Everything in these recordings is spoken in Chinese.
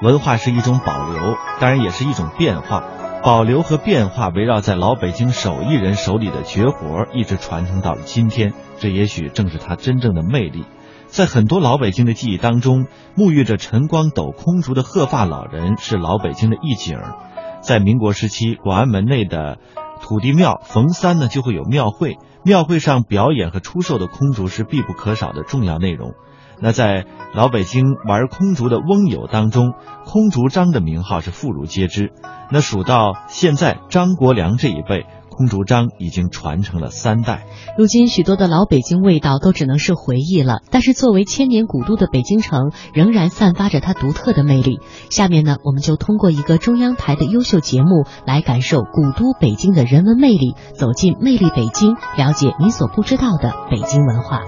文化是一种保留，当然也是一种变化。保留和变化围绕在老北京手艺人手里的绝活，一直传承到了今天，这也许正是它真正的魅力。在很多老北京的记忆当中，沐浴着晨光斗空竹的鹤发老人是老北京的一景。在民国时期，广安门内的土地庙逢三呢就会有庙会，庙会上表演和出售的空竹是必不可少的重要内容。那在老北京玩空竹的翁友当中，空竹张的名号是妇孺皆知。那数到现在张国良这一辈，空竹张已经传承了3代。 如今许多的老北京味道都只能是回忆了，但是作为千年古都的北京城仍然散发着它独特的魅力。下面呢，我们就通过一个中央台的优秀节目来感受古都北京的人文魅力，走进魅力北京，了解你所不知道的北京文化。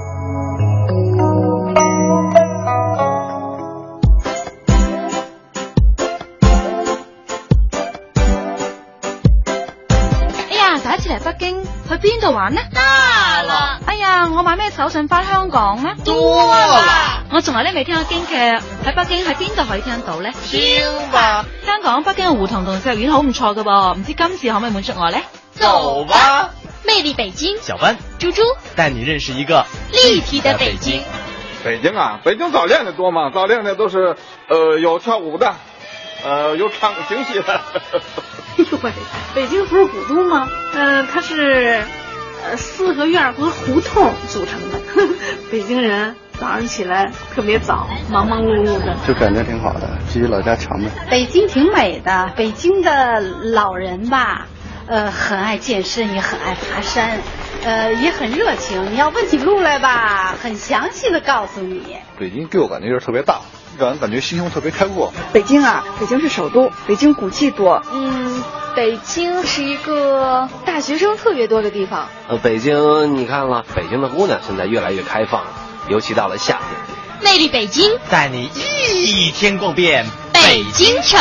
嚟北京去邊度玩呢？ 大了！ 哎呀，我買咩手信翻香港呢？ 多了！ 我從來都未聽過京劇，喺北京喺邊度可以聽到呢？ 聽吧！ 香港北京嘅胡同同石院好唔錯㗎噃，唔知今次可唔可以滿足我呢？ 走吧！ 魅力北京， 小班、 猪豬帶你認識一個立體的北京。 北京啊，北京早練的多嘛，早練的都是有跳舞的，有唱京戲的。 哎呦喂，北京不是古都吗？它是4合院和胡同组成的。北京人早上起来特别早，忙忙碌碌的， 就感觉挺好的，比老家强的。 北京挺美的，北京的老人吧，很爱健身，也很爱爬山，也很热情。你要问起路来吧，很详细的告诉你。 北京给我感觉就是特别大，让人感觉心胸特别开阔。 北京啊，北京是首都，北京古迹多。 北京是一个大学生特别多的地方。 北京你看了，北京的姑娘现在越来越开放了，尤其到了夏天。 魅力北京， 带你一天逛遍北京城。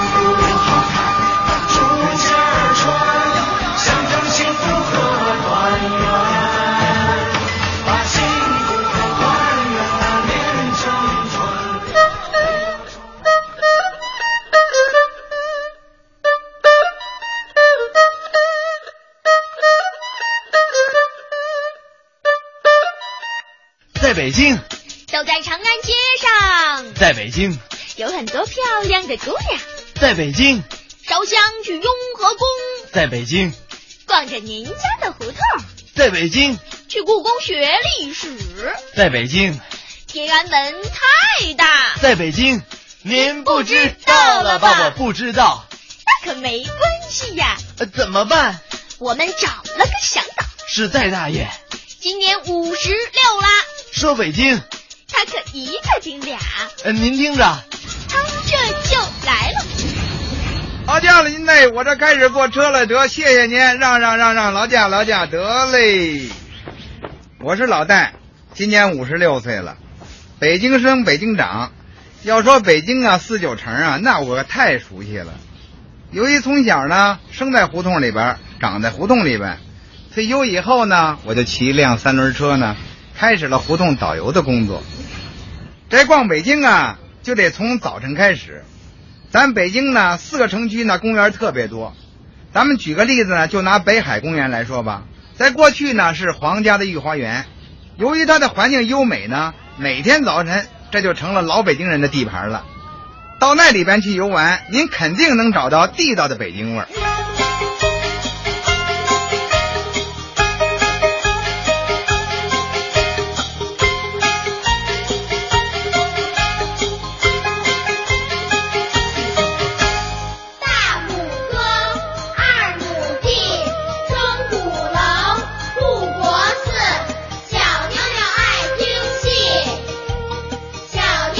在北京， 走在长安街上， 在北京有很多漂亮的姑娘， 在北京烧香去雍和宫， 在北京逛着您家的胡同， 在北京去故宫学历史， 在北京天安门太大， 在北京您不知道了吧？我不知道， 那可没关系呀。 怎么办？ 我们找了个向导， 是在大爷， 今年56啦。 说北京， 他可一个顶俩。 您听着， 他这就来了。 劳驾了您嘞，我这开始坐车了，得谢谢您，让，劳驾得嘞。我是老戴，今年56岁了，北京生北京长。要说北京啊，4、9城啊，那我太熟悉了。由于从小呢生在胡同里边，长在胡同里边，退休以后呢，我就骑一辆3轮车呢，开始了胡同导游的工作。这逛北京啊，就得从早晨开始。咱北京呢，4个城区呢，公园特别多。咱们举个例子呢，就拿北海公园来说吧，在过去呢是皇家的御花园，由于它的环境优美呢，每天早晨这就成了老北京人的地盘了。到那里边去游玩，您肯定能找到地道的北京味儿。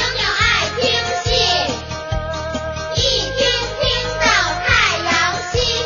一听听到太阳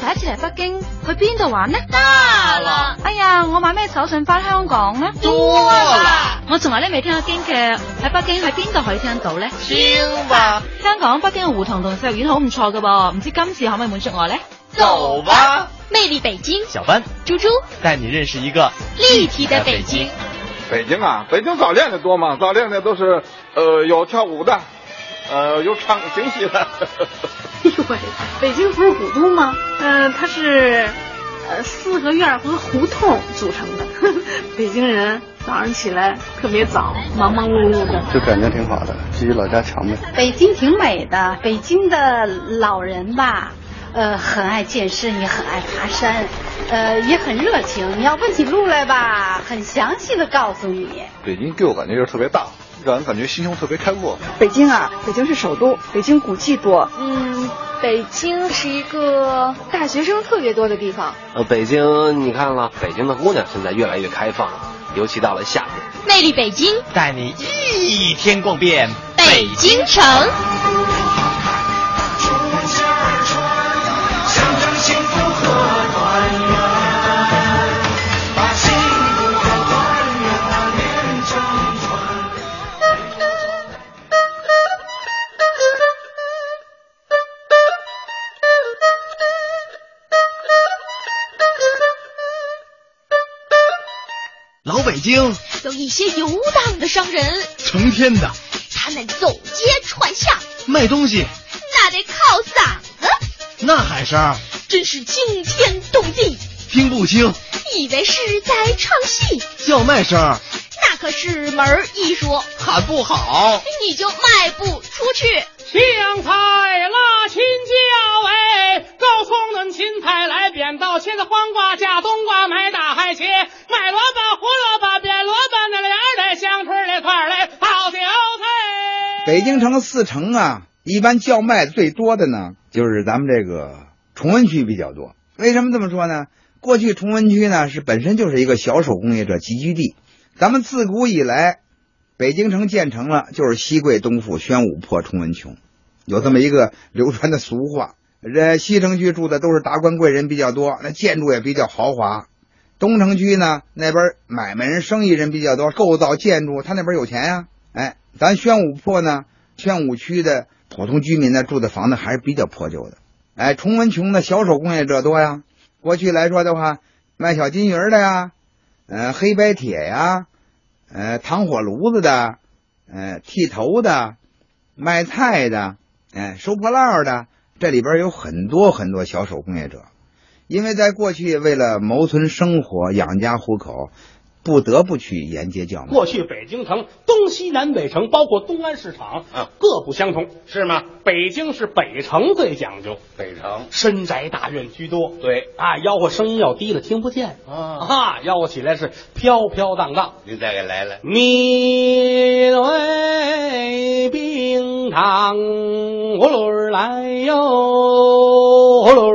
一次嚟北京，去邊度玩呢？ 大了！ 哎呀，我買咩手信翻香港呢？ 多了！ 我從來都未聽過京劇，喺北京喺邊度可以聽到呢？ 聽吧！ 香港北京嘅胡同同四合院好唔錯㗎噃，唔知今次可唔可以滿足我呢？ 走吧！ 魅力北京， 小班、 豬豬帶你認識一個立體的北京。 北京啊，北京早戀的多嘛？早戀的都是有跳舞的，有唱京戲的。 哎呦喂，北京不是古都吗？它是四合院和胡同组成的。北京人早上起来特别早，忙忙碌碌的， 就感觉挺好的，比老家强呗。 北京挺美的，北京的老人吧，很爱健身，也很爱爬山，也很热情。你要问起路来吧，很详细的告诉你。 北京给我感觉就是特别大，让人感觉心胸特别开阔。 北京啊，北京是首都，北京古迹多。 北京是一个大学生特别多的地方。 北京你看了，北京的姑娘现在越来越开放了，尤其到了夏天。 魅力北京， 带你一天逛遍北京城。 老北京有一些游荡的商人， 成天的， 他们走街串巷卖东西， 那得靠嗓子， 呐喊声真是惊天动地， 听不清， 以为是在唱戏， 叫卖声那可是门艺术， 喊不好你就卖不出去。 香菜辣青椒哎，高葱嫩芹菜来扁豆，茄子黄瓜加冬瓜，买大海茄，卖萝卜胡萝卜变萝卜，那莲儿嘞香椿嘞块儿嘞好韭菜。 北京城4城啊，一般叫卖最多的呢，就是咱们这个崇文区比较多。为什么这么说呢？过去崇文区呢是本身就是一个小手工业者集聚地，咱们自古以来北京城建成了，就是西贵东富，宣武破崇文穷，有这么一个流传的俗话。这西城区住的都是达官贵人比较多，那建筑也比较豪华。东城区呢，那边买卖人生意人比较多，构造建筑他那边有钱呀。咱宣武破呢，宣武区的普通居民呢住的房子还是比较破旧的。崇文穷的小手工业者多呀。过去来说的话，卖小金鱼的呀，黑白铁呀，糖火炉子的，剃头的，卖菜的，收破烂的，这里边有很多很多小手工业者。因为在过去为了谋存生活养家糊口，不得不去沿街叫卖。 过去北京城东西南北城包括东安市场各不相同，是吗？北京是北城最讲究， 北城深宅大院居多， 对啊，吆喝声音要低了听不见吆喝起来是飘飘荡荡。 您再给来来， 米为冰糖葫芦来哟葫芦，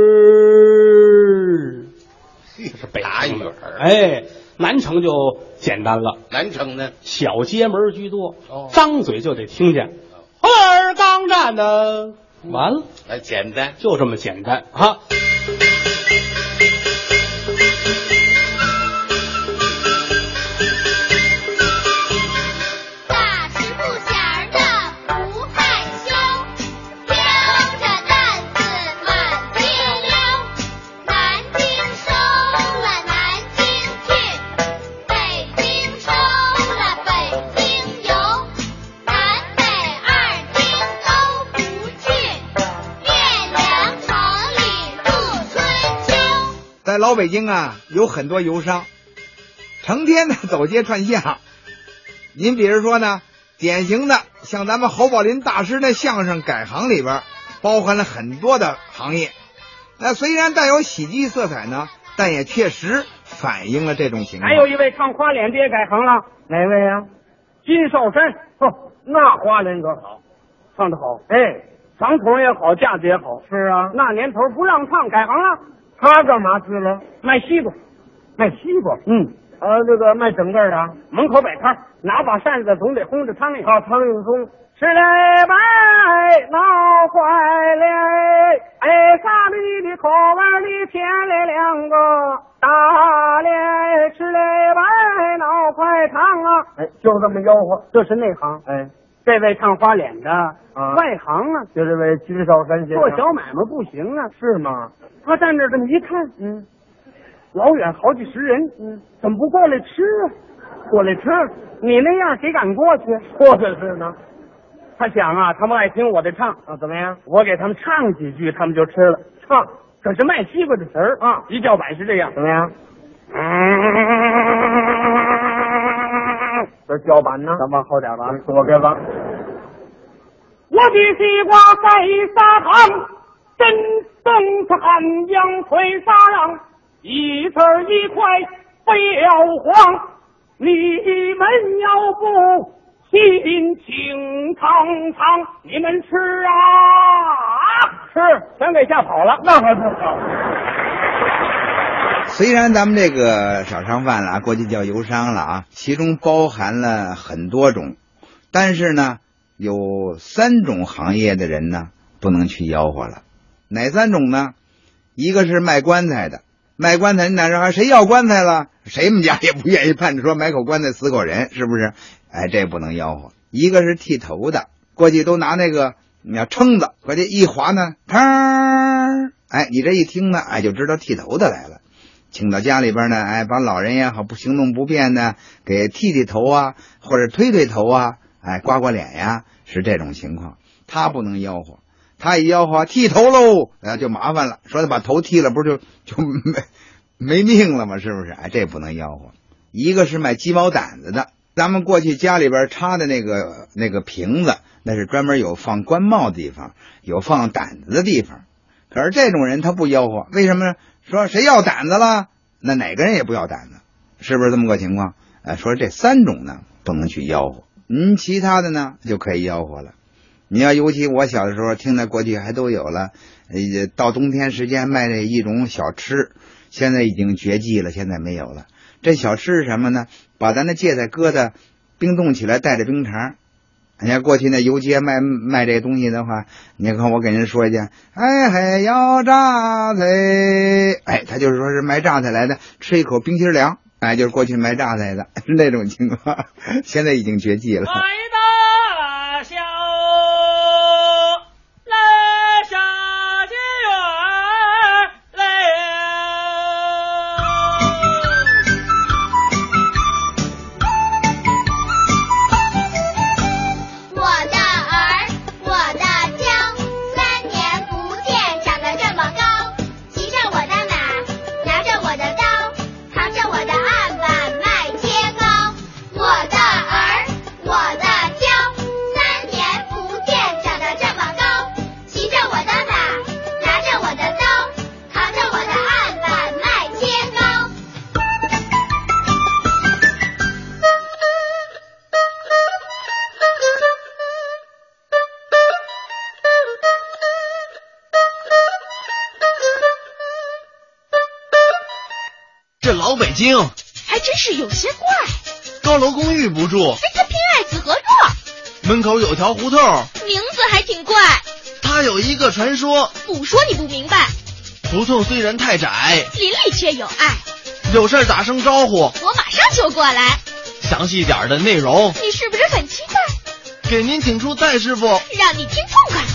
这是北城的。南城就简单了， 南城呢小街门居多，张嘴就得听见葫芦刚站的，完了， 简单， 就这么简单哈。 在老北京啊，有很多游商，成天的走街串巷。您比如说呢，典型的像咱们侯宝林大师那相声改行里边，包含了很多的行业。那虽然带有喜剧色彩呢，但也确实反映了这种情况。 还有一位唱花脸的也改行了，哪位啊？金少山，那花脸歌好，唱得好，嗓筒也好，架子也好。是啊，那年头不让唱，改行了。他干嘛去了？卖西瓜，卖西瓜。这个卖整个的，门口摆摊，拿把扇子总得轰着苍蝇。苍蝇松，吃嘞白闹坏嘞，撒米里的口碗里添了2个大脸，吃了1碗脑块汤啊！哎，就这么吆喝，这是内行。哎，这位唱花脸的外行啊，就这位金少山先生做小买卖不行啊，是吗？他站这这么一看，老远好几十人，怎么不过来吃啊？过来吃，你那样谁敢过去？或者是呢？他想啊，他们爱听我的唱啊，怎么样？我给他们唱几句，他们就吃了。唱，可是卖西瓜的词儿啊，一叫板是这样，怎么样？这叫板呢？咱往后点吧，多别吧。我的西瓜在撒糖，真正是汉阳吹沙浪，一字一块不要慌，你们要不心情长长，你们吃啊，吃全给吓跑了，那还不好。 虽然咱们这个小商贩了，过去叫游商了啊，其中包含了很多种，但是呢，有3种行业的人呢不能去吆喝了。哪3种呢？一个是卖棺材的，卖棺材那时候谁要棺材了，谁们家也不愿意盼着说买口棺材死口人，是不是？哎，这不能吆喝。一个是剃头的，过去都拿那个撑子，过去一划呢，嘡，哎，你这一听呢，哎，就知道剃头的来了。请到家里边呢，哎，把老人也好，不行动不便的，给剃头啊，或者推头啊，哎，刮脸呀，是这种情况。他不能吆喝，他一吆喝剃头喽，就麻烦了。说他把头剃了，不是就没命了吗？是不是？哎，这不能吆喝。一个是卖鸡毛掸子的，咱们过去家里边插的那个瓶子，那是专门有放官帽的地方，有放掸子的地方。可是这种人他不吆喝，为什么呢？说谁要掸子了，那哪个人也不要掸子，是不是这么个情况？说这3种呢不能去吆喝，其他的呢就可以吆喝了。你要尤其我小的时候听的，过去还都有了，到冬天时间卖这一种小吃，现在已经绝迹了，现在没有了。这小吃是什么呢？把咱的芥菜疙瘩冰冻起来，带着冰碴。你看过去那游街卖这东西的话，你看我给人说一句，哎嘿要榨菜，哎，他就是说是卖榨菜来的，吃一口冰淇凉，哎，就是过去卖榨菜的那种情况，现在已经绝迹了。 来大小来下街园来。 这老北京还真是有些怪， 高楼公寓不住， 他偏爱紫河院， 门口有条胡同， 名字还挺怪。 他有一个传说， 不说你不明白。 胡同虽然太窄， 邻里却有爱， 有事打声招呼， 我马上就过来。 详细点的内容， 你是不是很期待？ 给您请出戴师傅， 让你听痛快。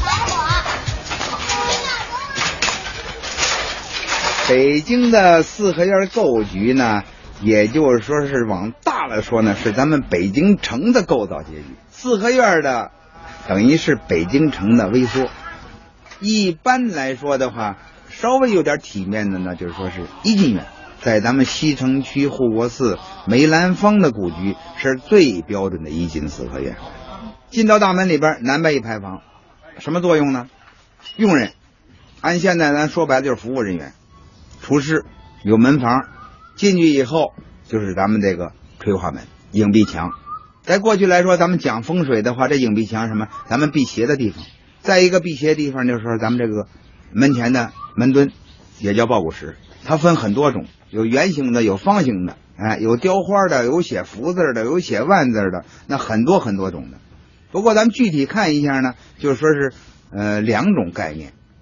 北京的四合院构局呢，也就是说是往大了说呢，是咱们北京城的构造结局。四合院的等于是北京城的微缩。一般来说的话，稍微有点体面的呢，就是说是一进院，在咱们西城区护国寺梅兰芳的故居是最标准的一进四合院。进到大门里边，南北一排房，什么作用呢？佣人，按现在咱说白了就是服务人员。厨师有门房，进去以后就是咱们这个垂花门、影壁墙。在过去来说，咱们讲风水的话，这影壁墙什么？咱们辟邪的地方。再一个辟邪的地方就是说咱们这个门前的门墩，也叫抱鼓石。它分很多种，有圆形的，有方形的，哎，有雕花的，有写福字的，有写万字的，那很多很多种的。不过咱们具体看一下呢，就是说是2种概念。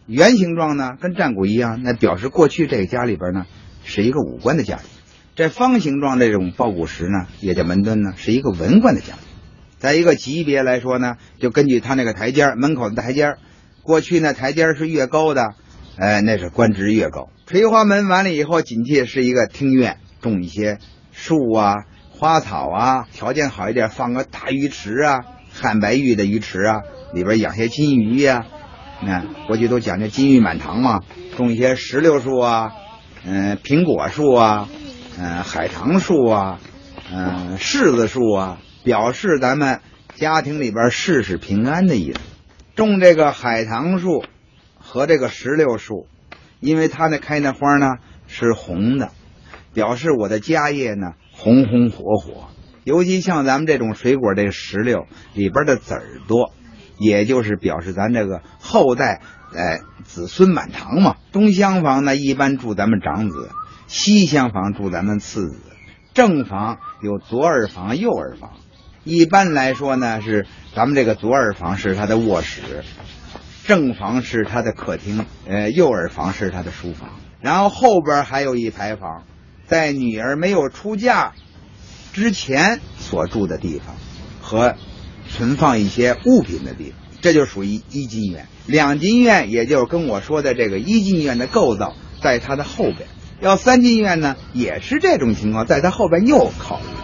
圆形状呢，跟战鼓一样，那表示过去这个家里边呢是一个武官的家庭。这方形状这种抱鼓石呢，也叫门墩呢，是一个文官的家庭。在一个级别来说呢，就根据他那个台阶，门口的台阶，过去呢台阶是越高的，那是官职越高。垂花门完了以后，紧接是一个庭院，种一些树啊、花草啊，条件好一点放个大鱼池啊，汉白玉的鱼池啊，里边养些金鱼呀。过去都讲究金玉满堂嘛，种一些石榴树啊，苹果树啊，海棠树啊，柿子树啊，表示咱们家庭里边事事平安的意思。种这个海棠树和这个石榴树，因为它那开那花呢是红的，表示我的家业呢红红火火。尤其像咱们这种水果，这个石榴里边的籽儿多，也就是表示咱这个后代子孙满堂嘛。东厢房呢一般住咱们长子，西厢房住咱们次子，正房有左耳房右耳房。一般来说呢，是咱们这个左耳房是他的卧室，正房是他的客厅，右耳房是他的书房。然后后边还有一排房，在女儿没有出嫁之前所住的地方和存放一些物品的地方，这就属于一进院。两进院也就是跟我说的这个一进院的构造在它的后边。要三进院呢也是这种情况，在它后边又考虑。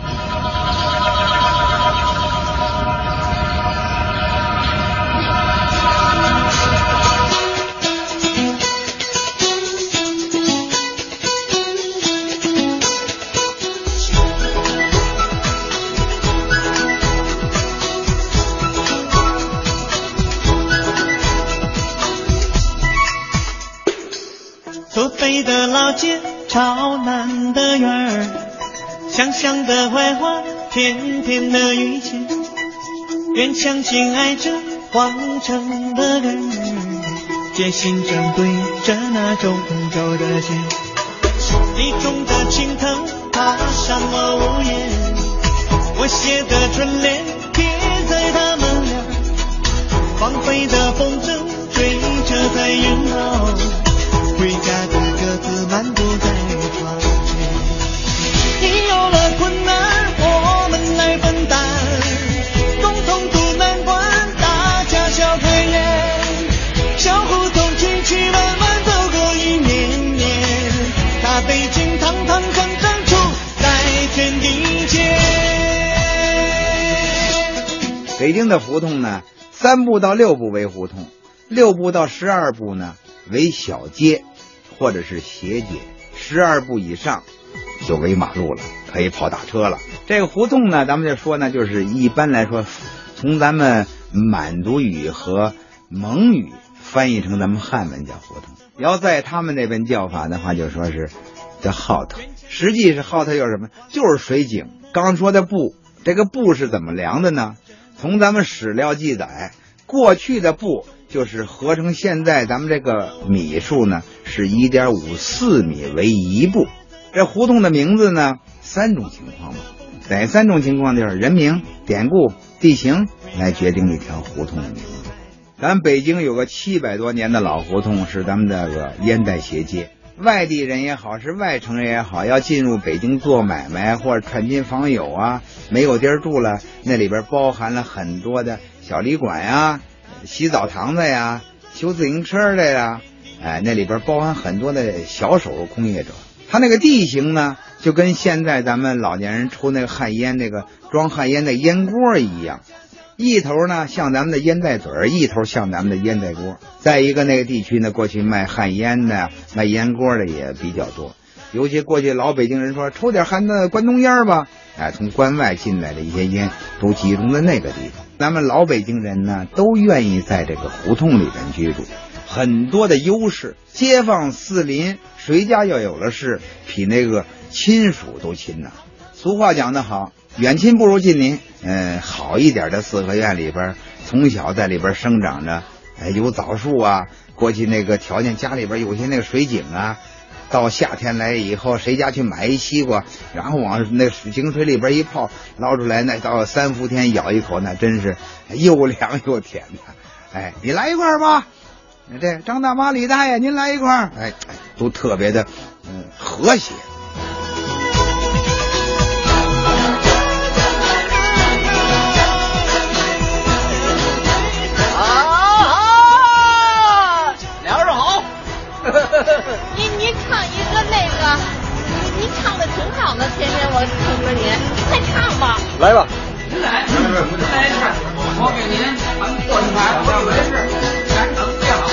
土北的老街，朝南的院儿，香香的槐花，甜甜的雨季，院墙紧挨着皇城的根儿，街心正对着那中州的街，一种的青藤爬上了屋檐，我写的春联贴在他们俩，放飞的风筝追着在云后，回家的鸽子漫步在窗前，你有了困难我们来分担，共同渡难关，大家笑开颜，小胡同曲曲慢慢走过一年年，大北京堂堂正正处在天地间。 北京的胡同呢，3步到6步为胡同，6步到12步呢为小街或者是斜街，12步以上就为马路了，可以跑大车了。这个胡同呢，咱们就说呢，就是一般来说从咱们满族语和蒙语翻译成咱们汉文叫胡同，要在他们那边叫法的话，就说是叫号头。实际是号头就是什么？就是水井。刚说的步，这个步是怎么量的呢？从咱们史料记载，过去的步就是合成现在咱们这个米数呢是 1.54 米为1步。这胡同的名字呢3种情况吧，哪3种情况？就是人名、典故、地形来决定一条胡同的名字。咱北京有个700多年的老胡同，是咱们这个烟袋斜街。外地人也好，是外城人也好，要进入北京做买卖或者串亲访友啊，没有地儿住了，那里边包含了很多的小旅馆呀、洗澡堂子呀、修自行车的呀，那里边包含很多的小手工业者。它那个地形呢，就跟现在咱们老年人抽那个旱烟，那个装旱烟的烟锅一样，一头呢像咱们的烟袋嘴儿，一头像咱们的烟袋锅。再一个那个地区呢，过去卖旱烟的、卖烟锅的也比较多，尤其过去老北京人说抽点旱的关东烟吧，从关外进来的一些烟都集中在那个地方。咱们老北京人呢，都愿意在这个胡同里边居住，很多的优势，街坊四邻，谁家要有了事，比那个亲属都亲呐。俗话讲得好，远亲不如近邻。好一点的四合院里边，从小在里边生长着，有枣树啊，过去那个条件家里边有些那个水井啊，到夏天来以后，谁家去买一西瓜，然后往那井水里边一泡，捞出来，那到3伏天咬一口，那真是又凉又甜的。你来一块吧， 对，张大妈、李大爷，您来一块儿，哎，都特别的和谐。 俩人好。 你唱一个那个，你唱的挺好的，天天我听着你，快唱吧。 来吧。 您来一下，我给您传过去牌，我没事，全程别好。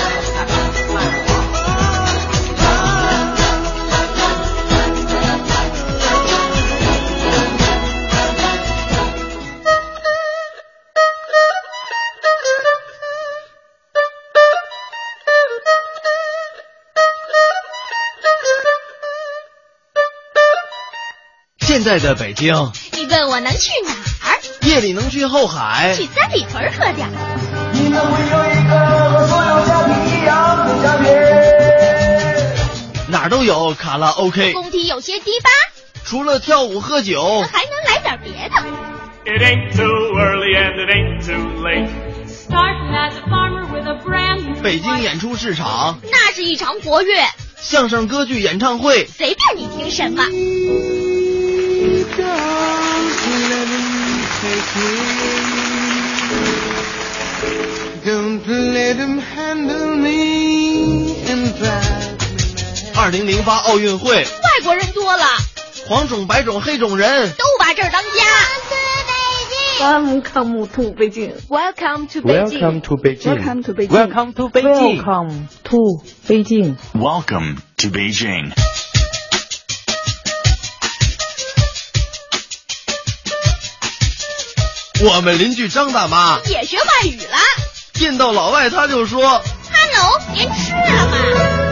现在的北京， 你问我能去哪儿？ 夜里能去后海， 去三里屯喝点。 你们会有一个和所有家庭一样的家庭。 哪儿都有卡拉 OK， 工体有些迪吧， 除了跳舞喝酒， 还能来点别的。 It ain't too early and it ain't too late. Starting as a farmer with a brand new 北京演出市场， 那是一场活跃。 相声歌剧演唱会， 随便你听什么。 2008奥运会， 外国人多了， 黄种、白种、黑种人都把这儿当家。 Welcome to 北京。 Welcome to 北京。 Welcome to 北京。 Welcome to 北京。 Welcome to 北京。 Welcome to 北京。 Welcome to Beijing。 我们邻居张大妈也学外语了， 见到老外他就说 Hello， 您吃了吗？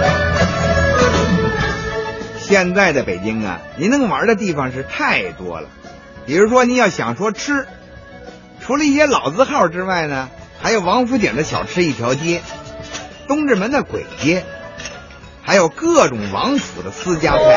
现在的北京啊，您能玩的地方是太多了。比如说，您要想说吃，除了一些老字号之外呢，还有王府井的小吃一条街，东直门的簋街，还有各种王府的私家菜。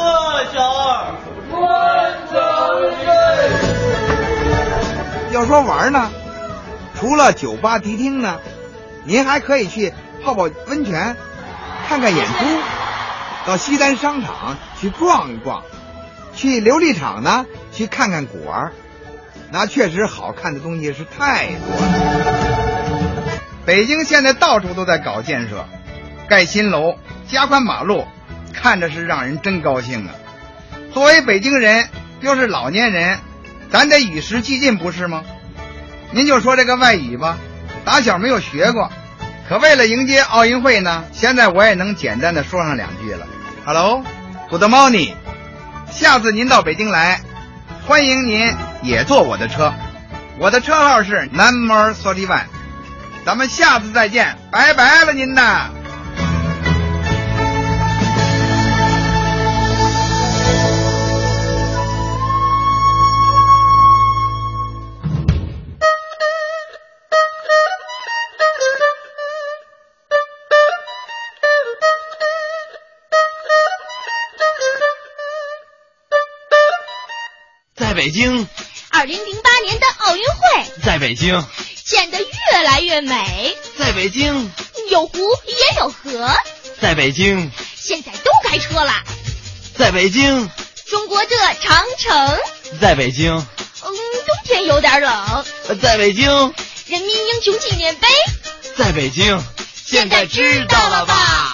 要说玩呢，除了酒吧迪厅呢，您还可以去泡泡温泉，看看演出，到西单商场去逛一逛，去琉璃厂呢去看看古玩，那确实好看的东西是太多了。北京现在到处都在搞建设，盖新楼，加宽马路，看着是让人真高兴啊。作为北京人，又是老年人，咱得与时俱进，不是吗？您就说这个外语吧，打小没有学过，可为了迎接奥运会呢，现在我也能简单的说上两句了。Hello， Good morning， 下次您到北京来，欢迎您也坐我的车，我的车号是 Number 31， 咱们下次再见，拜拜了您呐。 北京 ，2008年的奥运会在北京建得越来越美， 在北京有湖也有河， 在北京现在都开车了， 在北京中国的长城， 在北京冬天有点冷， 在北京人民英雄纪念碑， 在北京， 现在知道了吧？